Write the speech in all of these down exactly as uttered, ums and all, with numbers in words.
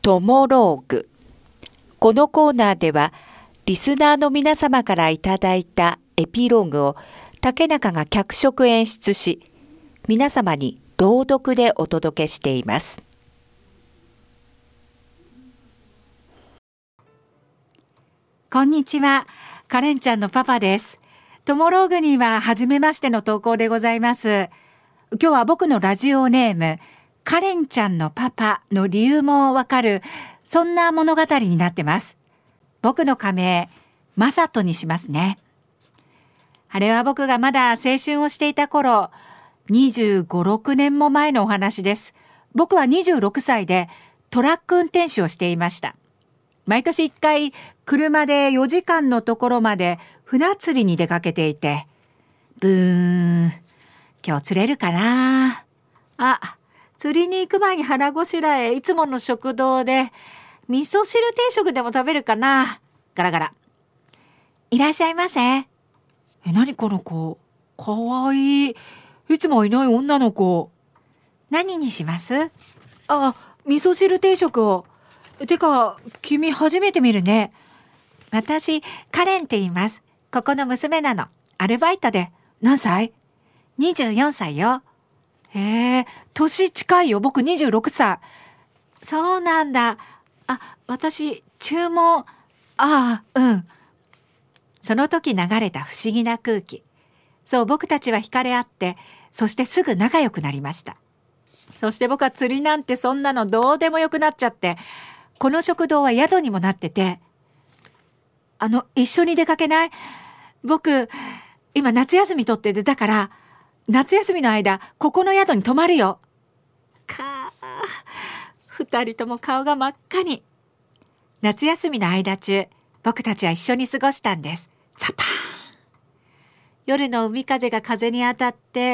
トモローグ。このコーナーではリスナーの皆様からいただいたエピローグを竹中が脚色演出し、皆様に朗読でお届けしています。 こんにちは、カレンちゃんのパパです。トモローグには初めましての投稿でございます。今日は僕のラジオネームカレンちゃんのパパの理由もわかる、そんな物語になってます。僕の仮名マサトにしますね。あれは僕がまだ青春をしていた頃、にじゅうご、ろくねんも前のお話です。僕はにじゅうろくさいでトラック運転手をしていました。毎年いっかい車でよじかんのところまで船釣りに出かけていて、ブーン、今日釣れるかな。あ、釣りに行く前に腹ごしらえ、いつもの食堂で味噌汁定食でも食べるかな。ガラガラ。いらっしゃいませ。え、何この子、かわいい。いつもいない女の子。何にします？あ、味噌汁定食を。てか、君初めて見るね。私、カレンって言います。ここの娘なの。アルバイトで。何歳？にじゅうよんさいよ。へえ、年近いよ。僕にじゅうろくさい。そうなんだ。あ、私、注文。ああ、うん。その時流れた不思議な空気。そう、僕たちは惹かれ合って、そしてすぐ仲良くなりました。そして僕は釣りなんてそんなのどうでもよくなっちゃって、この食堂は宿にもなってて、あの、一緒に出かけない？僕、今夏休み取って出たから、夏休みの間、ここの宿に泊まるよ。かあ、二人とも顔が真っ赤に。夏休みの間中、僕たちは一緒に過ごしたんです。ザパーン。夜の海風が風に当たって、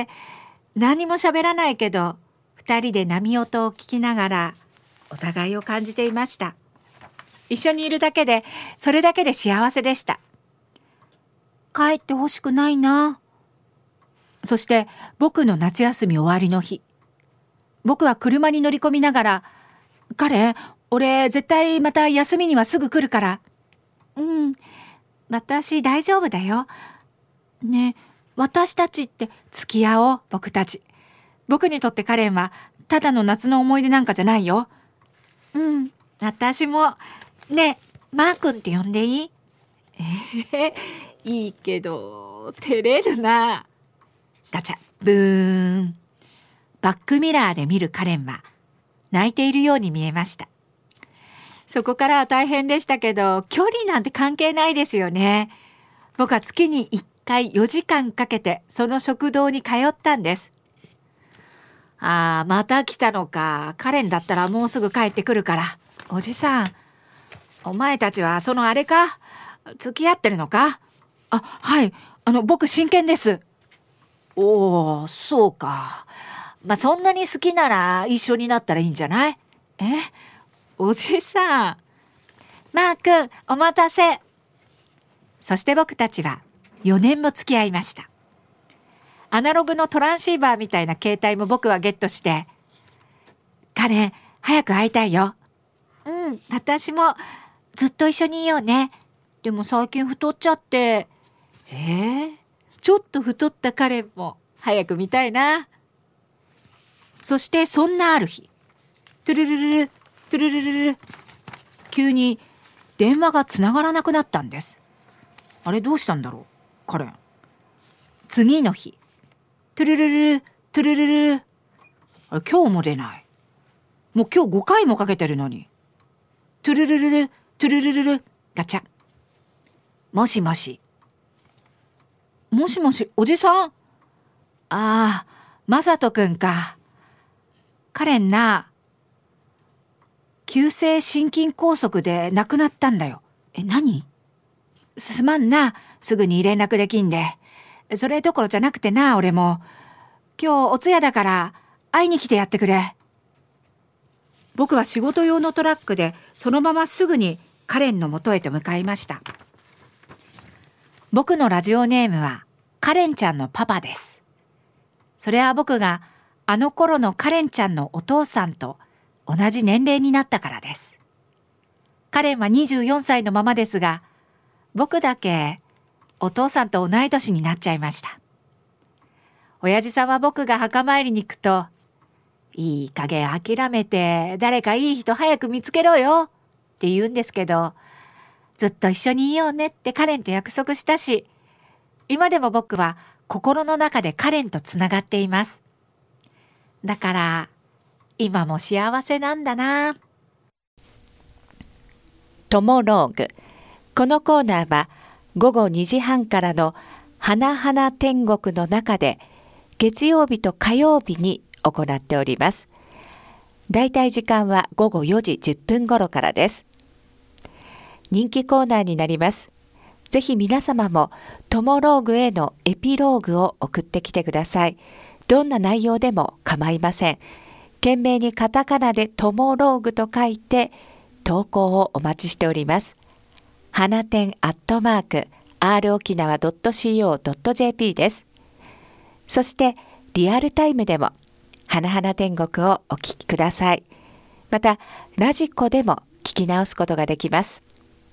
何も喋らないけど、二人で波音を聞きながら、お互いを感じていました。一緒にいるだけで、それだけで幸せでした。帰ってほしくないな。そして僕の夏休み終わりの日、僕は車に乗り込みながら、カレン、俺絶対また休みにはすぐ来るから。うん、私大丈夫だよ。ねえ、私たちって付き合おう、僕たち。僕にとってカレンはただの夏の思い出なんかじゃないよ。うん、私も。ねえ、マー君って呼んでいい？えー、いいけど、照れるな。ガチャ、ブーン。バックミラーで見るカレンは泣いているように見えました。そこからは大変でしたけど、距離なんて関係ないですよね。僕は月にいっかいよじかんかけてその食堂に通ったんです。ああ、また来たのか。カレンだったらもうすぐ帰ってくるから。おじさん、お前たちはそのあれか？付き合ってるのか？あ、はい。あの、僕真剣です。おー、そうか。まあ、そんなに好きなら一緒になったらいいんじゃない？え？おじさん。マー君、お待たせ。そして僕たちはよねんも付き合いました。アナログのトランシーバーみたいな携帯も僕はゲットして、カレン、早く会いたいよ。うん、私もずっと一緒にいようね。でも最近太っちゃって。えー、ちょっと太ったカレンも早く見たいな。そしてそんなある日、トゥルルルル、トゥルルルルル、急に電話がつながらなくなったんです。あれどうしたんだろう、カレン。次の日、トゥルルルル、トゥルルルル、あれ今日も出ない。もう今日ごかいもかけてるのに。トゥルルルル、トゥルルルル、ガチャ。もしもし。もしもし、おじさん？ああ、マサトくんか。カレンな、急性心筋梗塞で亡くなったんだよ。え、何？すまんな、すぐに連絡できんで。それどころじゃなくてな、俺も。今日お通夜だから会いに来てやってくれ。僕は仕事用のトラックでそのまますぐにカレンの元へと向かいました。僕のラジオネームはカレンちゃんのパパです。それは僕があの頃のカレンちゃんのお父さんと同じ年齢になったからです。 カレンはにじゅうよんさいのままですが、僕だけお父さんと同い年になっちゃいました。親父さんは僕が墓参りに行くと、いい加減諦めて誰かいい人早く見つけろよって言うんですけど、ずっと一緒にいようねってカレンと約束したし、今でも僕は心の中でカレンとつながっています。だから今も幸せなんだな。 トモローグ。このコーナーはごごにじはんからの花々天国の中で月曜日と火曜日に行っております。だいたい時間はごごよじじゅっぷん頃からです。人気コーナーになります。ぜひ皆様もトモローグへのエピローグを送ってきてください。どんな内容でも構いません。懸命にカタカナでトモローグと書いて投稿をお待ちしております。花天アットマーク アール 沖縄 ドット シーオー ドット ジェーピー です。そしてリアルタイムでも花々天国をお聞きください。またラジコでも聞き直すことができます。